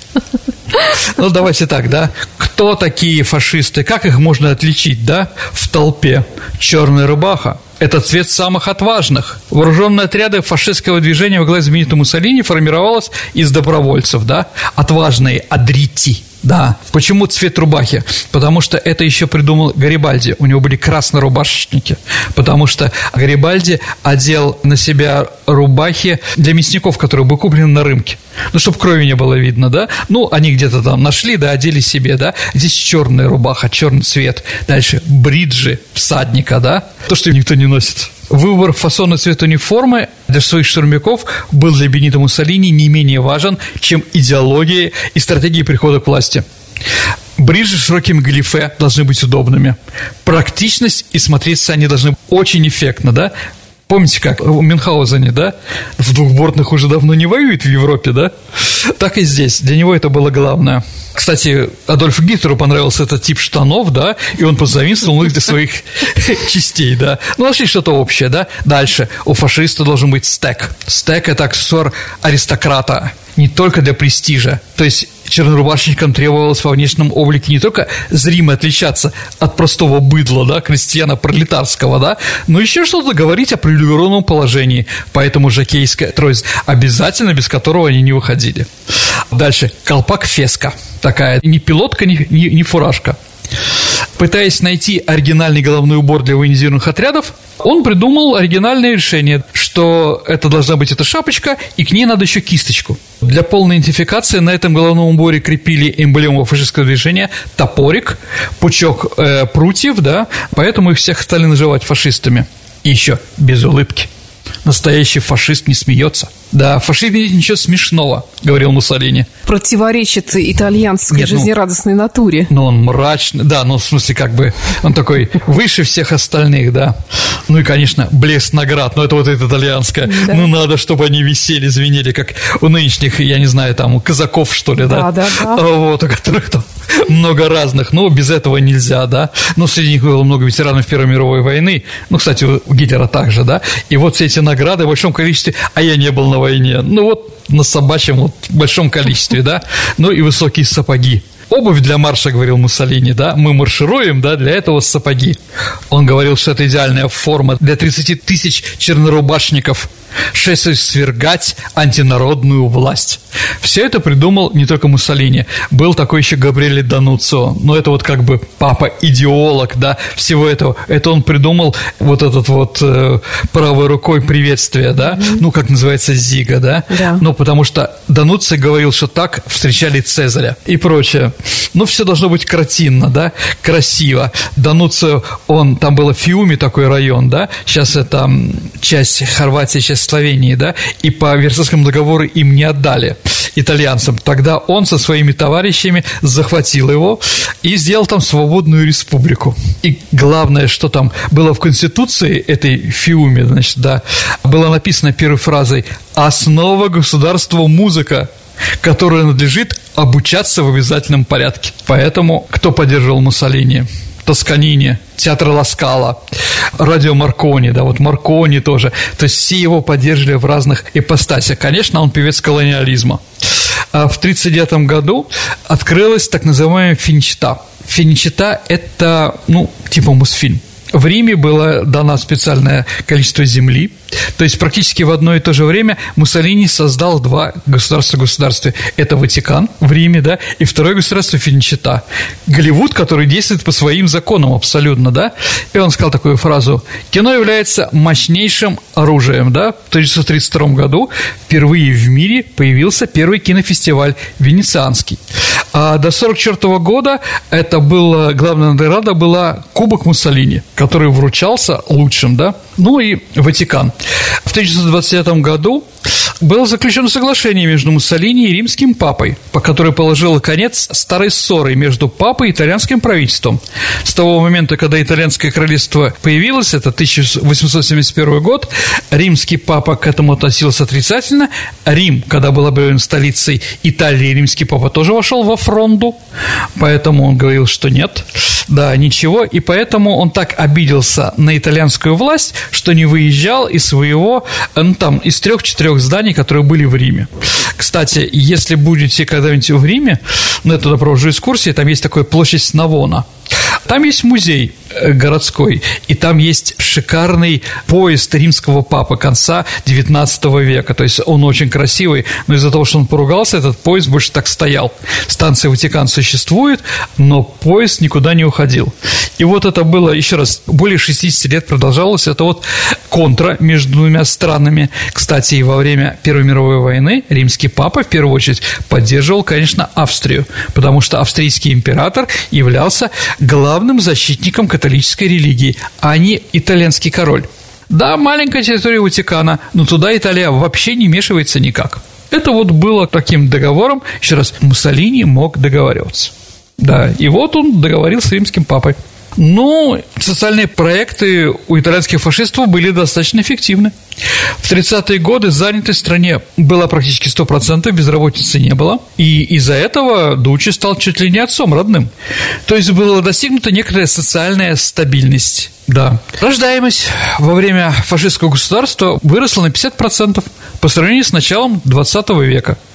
Ну, давайте так, да. Кто такие фашисты? Как их можно отличить, да, в толпе? Черная рубаха – это цвет самых отважных. Вооруженные отряды фашистского движения во главе знаменитого Муссолини формировалось из добровольцев, да, отважные адрити. Да. Почему цвет рубахи? Потому что это еще придумал Гарибальди. У него были краснорубашечники. Потому что Гарибальди одел на себя рубахи для мясников, которые были куплены на рынке. Ну, чтобы крови не было видно, да? Ну, они где-то там нашли, да, одели себе, да? Здесь черная рубаха, черный цвет. Дальше бриджи всадника, да? То, что никто не носит. Выбор фасона цвета униформы для своих штурмовиков был для Бенито Муссолини не менее важен, чем идеология и стратегия прихода к власти. Бриджи с широкими галифе должны быть удобными. Практичность и смотреться они должны очень эффектно, да? Помните, как в Мюнхгаузене, да? В двухбортных уже давно не воюет в Европе, да? Так и здесь. Для него это было главное. Кстати, Адольфу Гитлеру понравился этот тип штанов, да? И он позаимствовал их для своих частей, да? Ну, нашли что-то общее, да? Дальше. У фашиста должен быть стек. Стек – это аксессуар аристократа. Не только для престижа. То есть чернорубашечникам требовалось во внешнем облике не только зримо отличаться от простого быдла, да, крестьяна пролетарского, да, но еще что-то говорить о привилегированном положении. Поэтому жокейская троица обязательно, без которого они не выходили. Дальше. Колпак феска. Такая ни пилотка, ни, ни, ни фуражка. Пытаясь найти оригинальный головной убор для военизированных отрядов, он придумал оригинальное решение, что это должна быть эта шапочка, и к ней надо еще кисточку. Для полной идентификации на этом головном уборе крепили эмблему фашистского движения топорик, пучок э, прутьев, да, поэтому их всех стали называть фашистами. И еще без улыбки. Настоящий фашист не смеется. Да, в фашизме нет ничего смешного, говорил Муссолини. Противоречит итальянской Нет, жизнерадостной ну, натуре. Ну, он мрачный, да, ну, в смысле, как бы, он такой выше всех остальных, да. Ну, и, конечно, блеск наград, ну, это вот это итальянское. Да. Ну, надо, чтобы они висели, звенели, как у нынешних, я не знаю, там, у казаков, что ли, да? Да, да, да. Вот, у которых там много разных, но без этого нельзя, да. Ну, среди них было много ветеранов Первой мировой войны, ну, кстати, у Гитлера также, да. И вот все эти награды в большом количестве, а я не был на войне, ну, вот на собачьем вот большом количестве, да, ну, и высокие сапоги. Обувь для марша, говорил Муссолини, да, мы маршируем, да, для этого сапоги. Он говорил, что это идеальная форма для тридцати тысяч чернорубашников, шествовать свергать антинародную власть. Все это придумал не только Муссолини, был такой еще Габриэле Дануцио, но это вот как бы папа-идеолог, да, всего этого. Это он придумал вот этот вот э, правой рукой приветствие, да, mm-hmm. ну, как называется, зига, да, yeah. ну, потому что Дануцио говорил, что так встречали Цезаря и прочее. Ну, все должно быть картинно, да, красиво. Дануцио, он, там было Фиуми такой район, да, сейчас это часть Хорватии, часть Словении, да, и по Версальскому договору им не отдали, итальянцам. Тогда он со своими товарищами захватил его и сделал там свободную республику. И главное, что там было в Конституции этой Фиуми, значит, да, было написано первой фразой «Основа государства – музыка, которая надлежит обучаться в обязательном порядке». Поэтому кто поддерживал Муссолини? Тосканини, театр Ла Скала, радио Маркони, да, вот Маркони тоже. То есть все его поддерживали в разных ипостасях. Конечно, он певец колониализма. А в тридцать девятом году открылась так называемая Финичита. Финичита – это, ну, типа Мосфильм. В Риме было дано специальное количество земли, то есть практически в одно и то же время Муссолини создал два государства государства. Это Ватикан в Риме, да, и второе государство Финичита. Голливуд, который действует по своим законам абсолютно, да. И он сказал такую фразу: кино является мощнейшим оружием, да. В тысяча девятьсот тридцать втором году впервые в мире появился первый кинофестиваль венецианский. А до сорок четвёртого года это была, главная награда была Кубок Муссолини, который вручался лучшим, да, ну и Ватикан. В тысяча девятьсот двадцать девятом году было заключено соглашение между Муссолини и римским папой, по которой положило конец старой ссоры между папой и итальянским правительством. С того момента, когда итальянское королевство появилось, это тысяча восемьсот семьдесят первый год, римский папа к этому относился отрицательно. Рим, когда был объявлен столицей Италии, римский папа тоже вошел во фронду, поэтому он говорил, что нет, да, ничего, и поэтому он так обиделся на итальянскую власть, что не выезжал из своего, ну, там, из трех-четырех зданий, которые были в Риме. Кстати, если будете когда-нибудь в Риме, ну, я туда провожу экскурсии, там есть такая площадь Навона. Там есть музей городской, и там есть шикарный поезд римского папы конца девятнадцатого века, то есть он очень красивый, но из-за того, что он поругался, этот поезд больше так стоял. Станция Ватикан существует, но поезд никуда не уходил. И вот это было, еще раз, более шестьдесят лет продолжалось, это вот контра между двумя странами. Кстати, и во время Первой мировой войны римский папа в первую очередь поддерживал, конечно, Австрию, потому что австрийский император являлся главным защитником католической религии, а не итальянский король. Да, маленькая территория Ватикана, но туда Италия вообще не вмешивается никак. Это вот было таким договором, еще раз, Муссолини мог договариваться. Да, и вот он договорился с римским папой. Ну, социальные проекты у итальянских фашистов были достаточно эффективны. В тридцатые годы занятость в стране была практически сто процентов, безработицы не было. И из-за этого Дуччи стал чуть ли не отцом родным. То есть была достигнута некоторая социальная стабильность. Да. Рождаемость во время фашистского государства выросла на пятьдесят процентов по сравнению с началом двадцатого века.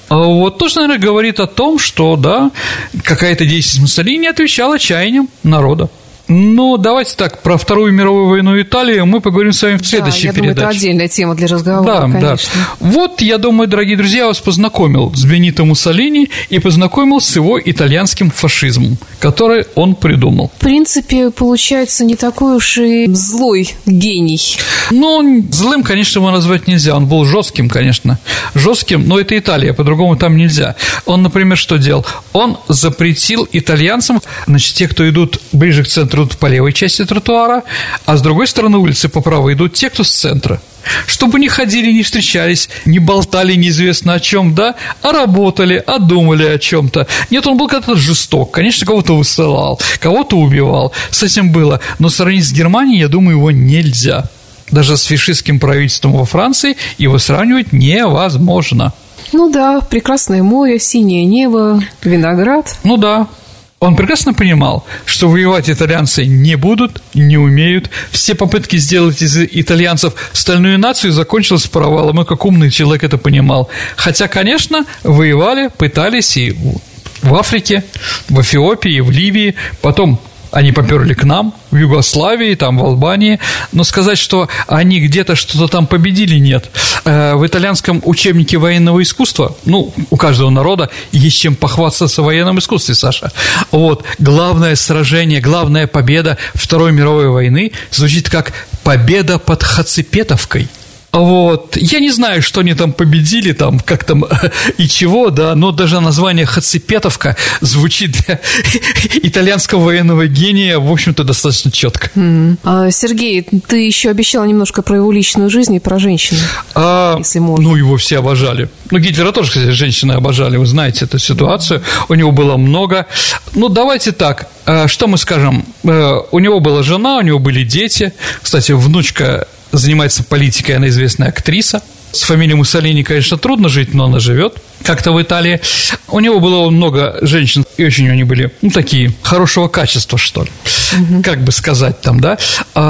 Вот тоже, наверное, говорит о том, что, да, какая-то деятельность Муссолини отвечала чаяниям народа. Но давайте так, про Вторую мировую войну Италии мы поговорим с вами в следующей да, я передаче. Думаю, это отдельная тема для разговора, да, конечно. Да. Вот, я думаю, дорогие друзья, я вас познакомил с Бенито Муссолини и познакомил с его итальянским фашизмом, который он придумал. В принципе, получается, не такой уж и злой гений. Ну, злым, конечно, его назвать нельзя. Он был жестким, конечно, жестким, но это Италия, по-другому там нельзя. Он, например, что делал? Он запретил итальянцам, значит, те, кто идут ближе к центру, идут по левой части тротуара, а с другой стороны улицы по правой идут те, кто с центра. Чтобы не ходили, не встречались, не болтали неизвестно о чем, да, а работали, а думали о чем-то. Нет, он был как-то жесток, конечно, кого-то высылал, кого-то убивал, с этим было. Но сравнить с Германией, я думаю, его нельзя. Даже с фашистским правительством во Франции его сравнивать невозможно. Ну да, прекрасное море, синее небо, виноград. Ну да. Он прекрасно понимал, что воевать итальянцы не будут, не умеют. Все попытки сделать из итальянцев стальную нацию закончились провалом, и как умный человек это понимал. Хотя, конечно, воевали, пытались и в Африке, в Эфиопии, в Ливии, потом они поперли к нам, в Югославии, там, в Албании, но сказать, что они где-то что-то там победили, нет. В итальянском учебнике военного искусства, ну, у каждого народа есть чем похвастаться в военном искусстве, Саша. Вот, главное сражение, главная победа Второй мировой войны звучит как «победа под Хацепетовкой». Вот, я не знаю, что они там победили, там, как там и чего, да, но даже название Хацепетовка звучит для итальянского военного гения, в общем-то, достаточно четко. Mm. А, Сергей, ты еще обещал немножко про его личную жизнь и про женщину, а, если можно. Ну, его все обожали. Ну, Гитлера тоже, кстати, женщины обожали, вы знаете эту ситуацию, у него было много. Ну, давайте так, что мы скажем, у него была жена, у него были дети, кстати, внучка занимается политикой, она известная актриса. С фамилией Муссолини, конечно, трудно жить, но она живет как-то в Италии. У него было много женщин, и очень они были, ну, такие, хорошего качества, что ли, угу. Как бы сказать там, да.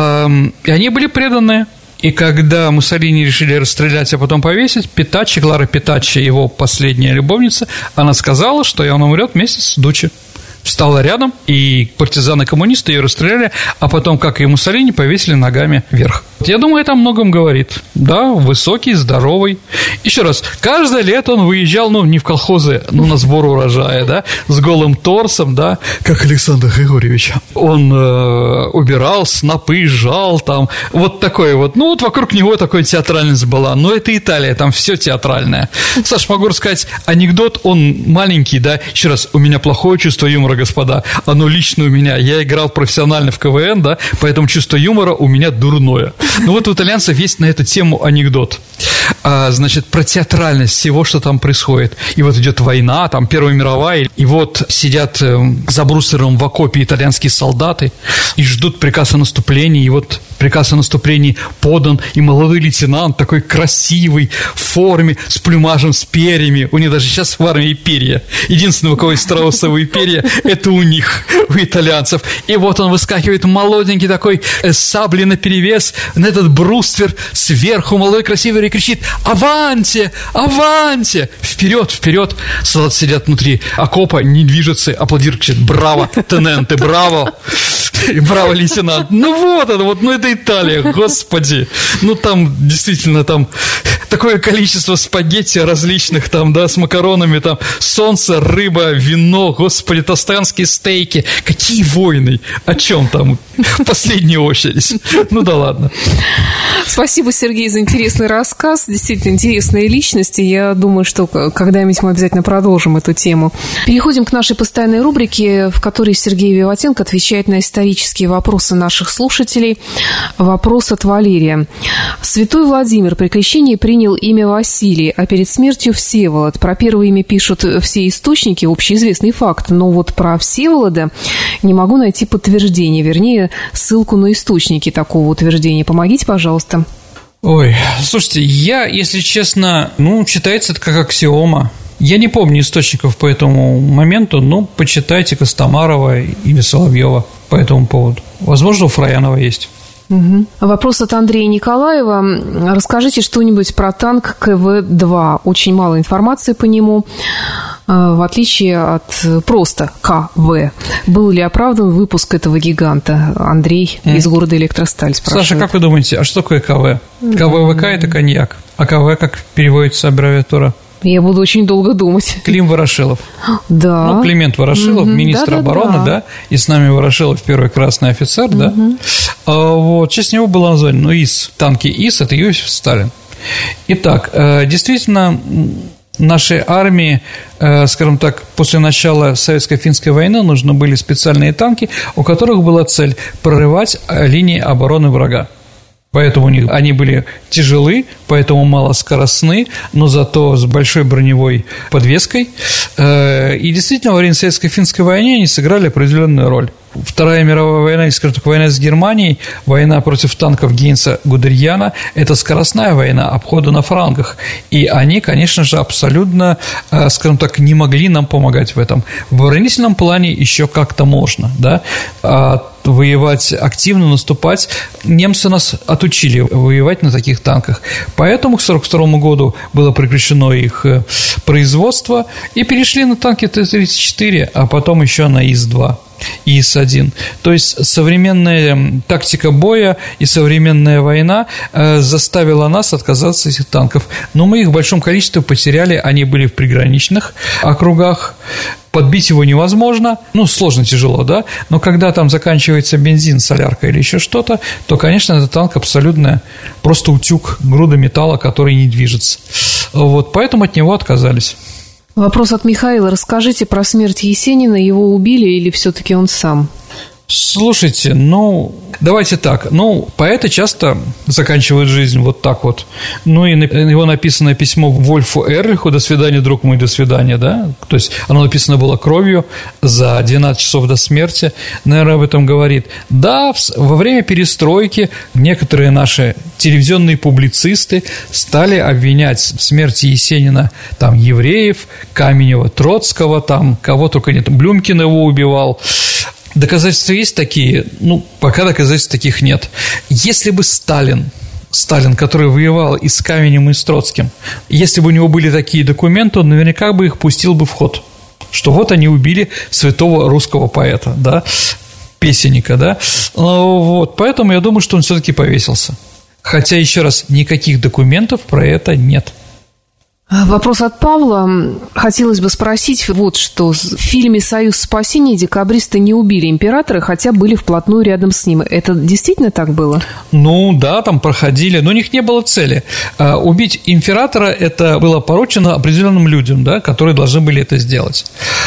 И они были преданные. И когда Муссолини решили расстрелять, а потом повесить, Петаччи, Клара Петаччи, его последняя любовница, она сказала, что он умрет вместе с Дуччи. Встала рядом, и партизаны-коммунисты ее расстреляли, а потом, как и Муссолини, повесили ногами вверх. Я думаю, это о многом говорит. Да, высокий, здоровый. Еще раз, каждое лето он выезжал, ну, не в колхозы, но на сбор урожая, да, с голым торсом, да, как Александр Григорьевич. Он э, убирал снопы, жал там, вот такое вот. Ну, вот вокруг него такая театральность была. Но это Италия, там все театральное. Саш, могу рассказать анекдот, он маленький, да. Еще раз, у меня плохое чувство юмора, господа, оно лично у меня. Я играл профессионально в ка вэ эн, да, поэтому чувство юмора у меня дурное. Ну вот у итальянцев есть на эту тему анекдот. А, значит, про театральность всего, что там происходит. И вот идет война, там Первая мировая, и вот сидят э, за брустером в окопе итальянские солдаты и ждут приказ о наступлении, и вот приказ о наступлении подан, и молодой лейтенант такой красивый, в форме, с плюмажем, с перьями. У них даже сейчас в армии перья. Единственное, у кого есть страусовые перья, это у них, у итальянцев. И вот он выскакивает молоденький такой, э, с саблей наперевес, на этот бруствер сверху, молодой красивый, и кричит: «Аванте! Аванте!» Вперед, вперед! Солдаты сидят внутри окопа, не движутся, аплодируют, кричат: «Браво, тененте, браво!» Браво, лейтенант. Ну вот это вот, ну это Италия, господи. Ну там действительно там такое количество спагетти различных там, да, с макаронами, там солнце, рыба, вино, господи, тосканские стейки. Какие войны? О чем там? В последнюю очередь. Ну да ладно. Спасибо, Сергей, за интересный рассказ. Действительно интересные личности. Я думаю, что когда-нибудь мы обязательно продолжим эту тему. Переходим к нашей постоянной рубрике, в которой Сергей Виватенко отвечает на исторические вопросы наших слушателей. Вопрос от Валерия. Святой Владимир при крещении принял имя Василий, а перед смертью Всеволод. Про первое имя пишут все источники, общеизвестный факт. Но вот про Всеволода не могу найти подтверждение, вернее, ссылку на источники такого утверждения. Помогите, пожалуйста. Ой, слушайте, я, если честно, ну, читается это как аксиома. Я не помню источников по этому моменту, но почитайте Костомарова или Соловьева по этому поводу. Возможно, у Фраянова есть. Угу. Вопрос от Андрея Николаева. Расскажите что-нибудь про танк ка вэ два. Очень мало информации по нему, в отличие от просто ка вэ. Был ли оправдан выпуск этого гиганта? Андрей mm. из города Электросталь спрашивает. Саша, как вы думаете, а что такое ка вэ? ка вэ вэ ка – это коньяк. А ка вэ как переводится аббревиатура? Я буду очень долго думать. Клим Ворошилов. Да. Ну, Климент Ворошилов, угу. министр да, обороны, да, да. да. И с нами Ворошилов, первый красный офицер, угу. да. А, вот, в честь него было название, ну, ИС. Танки ИС – это Иосиф Сталин. Итак, действительно, нашей армии, скажем так, после начала Советско-финской войны нужны были специальные танки, у которых была цель прорывать линии обороны врага. Поэтому у них они были тяжелы, поэтому малоскоростны, но зато с большой броневой подвеской. И действительно, во время Советско-финской войны они сыграли определенную роль. Вторая мировая война, скажем так, война с Германией, война против танков Гейнса Гудериана – это скоростная война, обхода на флангах. И они, конечно же, абсолютно, скажем так, не могли нам помогать в этом. В оборонительном плане еще как-то можно, да, а воевать активно, наступать. Немцы нас отучили воевать на таких танках. Поэтому к сорок второму году было прекращено их производство, и перешли на танки Т тридцать четыре, а потом еще на ИС два. ИС один. То есть современная тактика боя и современная война э, заставила нас отказаться от этих танков. Но мы их в большом количестве потеряли, они были в приграничных округах. Подбить его невозможно, ну, сложно, тяжело, да, но когда там заканчивается бензин, солярка или еще что-то, то, конечно, этот танк абсолютно просто утюг, груда металла, который не движется. Вот, поэтому от него отказались. Вопрос от Михаила. Расскажите про смерть Есенина. Его убили или все-таки он сам? Слушайте, ну, давайте так. Ну, поэты часто заканчивают жизнь вот так вот. Ну, и его написанное письмо Вольфу Эрлиху «До свидания, друг мой, до свидания», да? То есть оно написано было кровью за двенадцать часов до смерти. Наверное, об этом говорит. Да, во время перестройки некоторые наши телевизионные публицисты стали обвинять в смерти Есенина там евреев, Каменева, Троцкого, там кого только нет, Блюмкин его убивал. Доказательства есть такие? Ну, пока доказательств таких нет. Если бы Сталин, Сталин, который воевал и с Каменем, и с Троцким, если бы у него были такие документы, он наверняка бы их пустил бы в ход, что вот они убили святого русского поэта, да, песенника, да, вот, поэтому я думаю, что он все-таки повесился. Хотя, еще раз, никаких документов про это нет. Вопрос от Павла. Хотелось бы спросить вот что. В фильме «Союз спасения» декабристы не убили императора, хотя были вплотную рядом с ним. Это действительно так было? Ну, да, там проходили, но у них не было цели. А, убить императора – это было поручено определенным людям, да, которые должны были это сделать.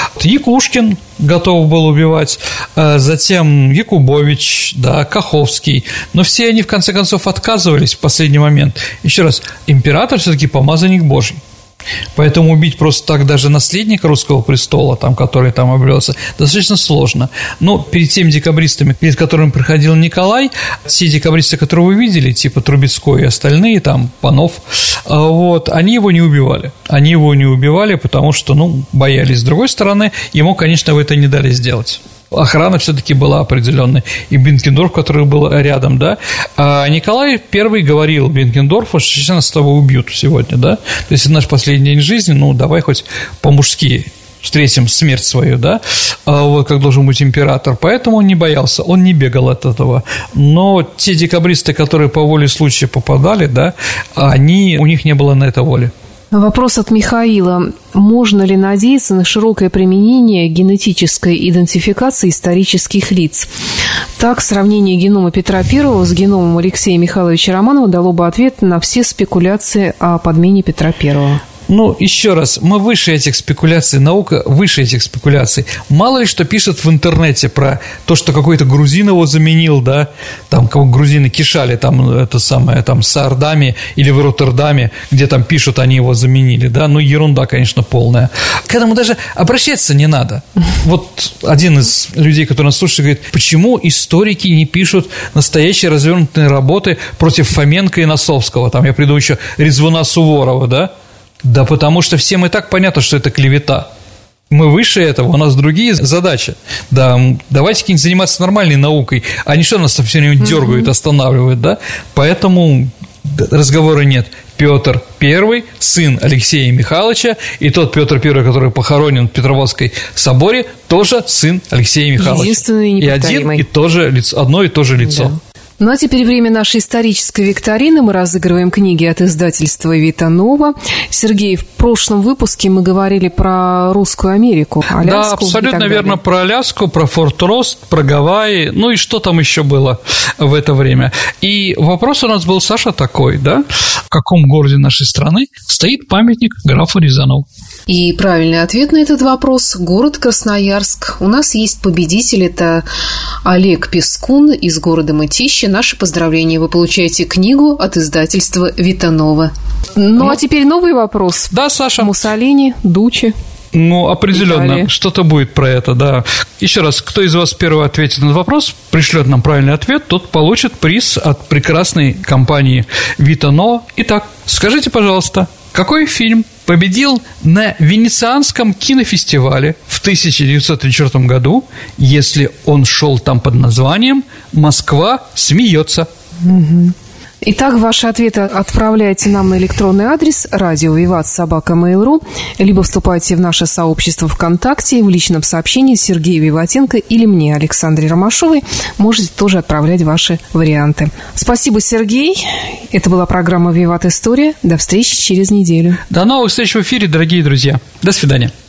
Якушкин готов был убивать, а затем Якубович, да, Каховский. Но все они, в конце концов, отказывались в последний момент. Еще раз, император все-таки помазанник Божий. Поэтому убить просто так даже наследника русского престола, там, который там обрелся, достаточно сложно. Но перед теми декабристами, перед которыми приходил Николай, все декабристы, которые вы видели, типа Трубецкой и остальные, там, Панов, вот, они его не убивали. Они его не убивали, потому что, ну, боялись. С другой стороны, ему, конечно, это не дали сделать. Охрана все-таки была определенная. И Бенкендорф, который был рядом, да. А Николай Первый говорил Бенкендорфу, что сейчас нас с тобой убьют сегодня, да. То есть это наш последний день жизни, ну, давай хоть по-мужски встретим смерть свою, да, вот как должен быть император. Поэтому он не боялся, он не бегал от этого. Но те декабристы, которые по воле случая попадали, да, они, у них не было на это воли. Вопрос от Михаила. Можно ли надеяться на широкое применение генетической идентификации исторических лиц? Так, сравнение генома Петра Первого с геномом Алексея Михайловича Романова дало бы ответ на все спекуляции о подмене Петра Первого. Ну, еще раз, мы выше этих спекуляций, наука выше этих спекуляций. Мало ли что пишут в интернете про то, что какой-то грузин его заменил, да, там, кого грузины кишали, там, это самое, там, в Саардаме или в Роттердаме, где там пишут, они его заменили, да, ну, ерунда, конечно, полная. К этому даже обращаться не надо. Вот один из людей, который нас слушает, говорит, почему историки не пишут настоящие развернутые работы против Фоменко и Носовского, там, я приду еще Резвуна Суворова, да? Да потому что всем и так понятно, что это клевета. Мы выше этого, у нас другие задачи. Да, давайте какие-нибудь заниматься нормальной наукой, а не что нас все время дергают, mm-hmm. останавливают, да. Поэтому разговора нет. Петр Первый, сын Алексея Михайловича, и тот Петр Первый, который похоронен в Петропавловской соборе, тоже сын Алексея Михайловича. Единственный и неповторимый. И один и то же лицо, одно и то же лицо. Да. Ну, а теперь время нашей исторической викторины. Мы разыгрываем книги от издательства «Вита Нова». Сергей, в прошлом выпуске мы говорили про Русскую Америку, Аляску. Да, абсолютно верно, про Аляску, про Форт Рост, про Гавайи, ну и что там еще было в это время. И вопрос у нас был, Саша, такой, да? В каком городе нашей страны стоит памятник графу Рязанову? И правильный ответ на этот вопрос – город Красноярск. У нас есть победитель, это Олег Пескун из города Мытищи. Наши поздравления, вы получаете книгу от издательства «Вита Нова». Ну, ну, а теперь новый вопрос. Да, Саша. Муссолини, Дуччи. Ну, определенно, Италия. Что-то будет про это, да. Еще раз, кто из вас первый ответит на вопрос, пришлет нам правильный ответ, тот получит приз от прекрасной компании «Вита Нова». Итак, скажите, пожалуйста, какой фильм победил на Венецианском кинофестивале в тысяча девятьсот тридцать четвёртом году, если он шел там под названием «Москва смеется»? Угу. Итак, ваши ответы отправляйте нам на электронный адрес радио виват собака мейл точка ру, либо вступайте в наше сообщество ВКонтакте в личном сообщении Сергею Виватенко или мне, Александре Ромашовой. Можете тоже отправлять ваши варианты. Спасибо, Сергей. Это была программа «Виват История». До встречи через неделю. До новых встреч в эфире, дорогие друзья. До свидания.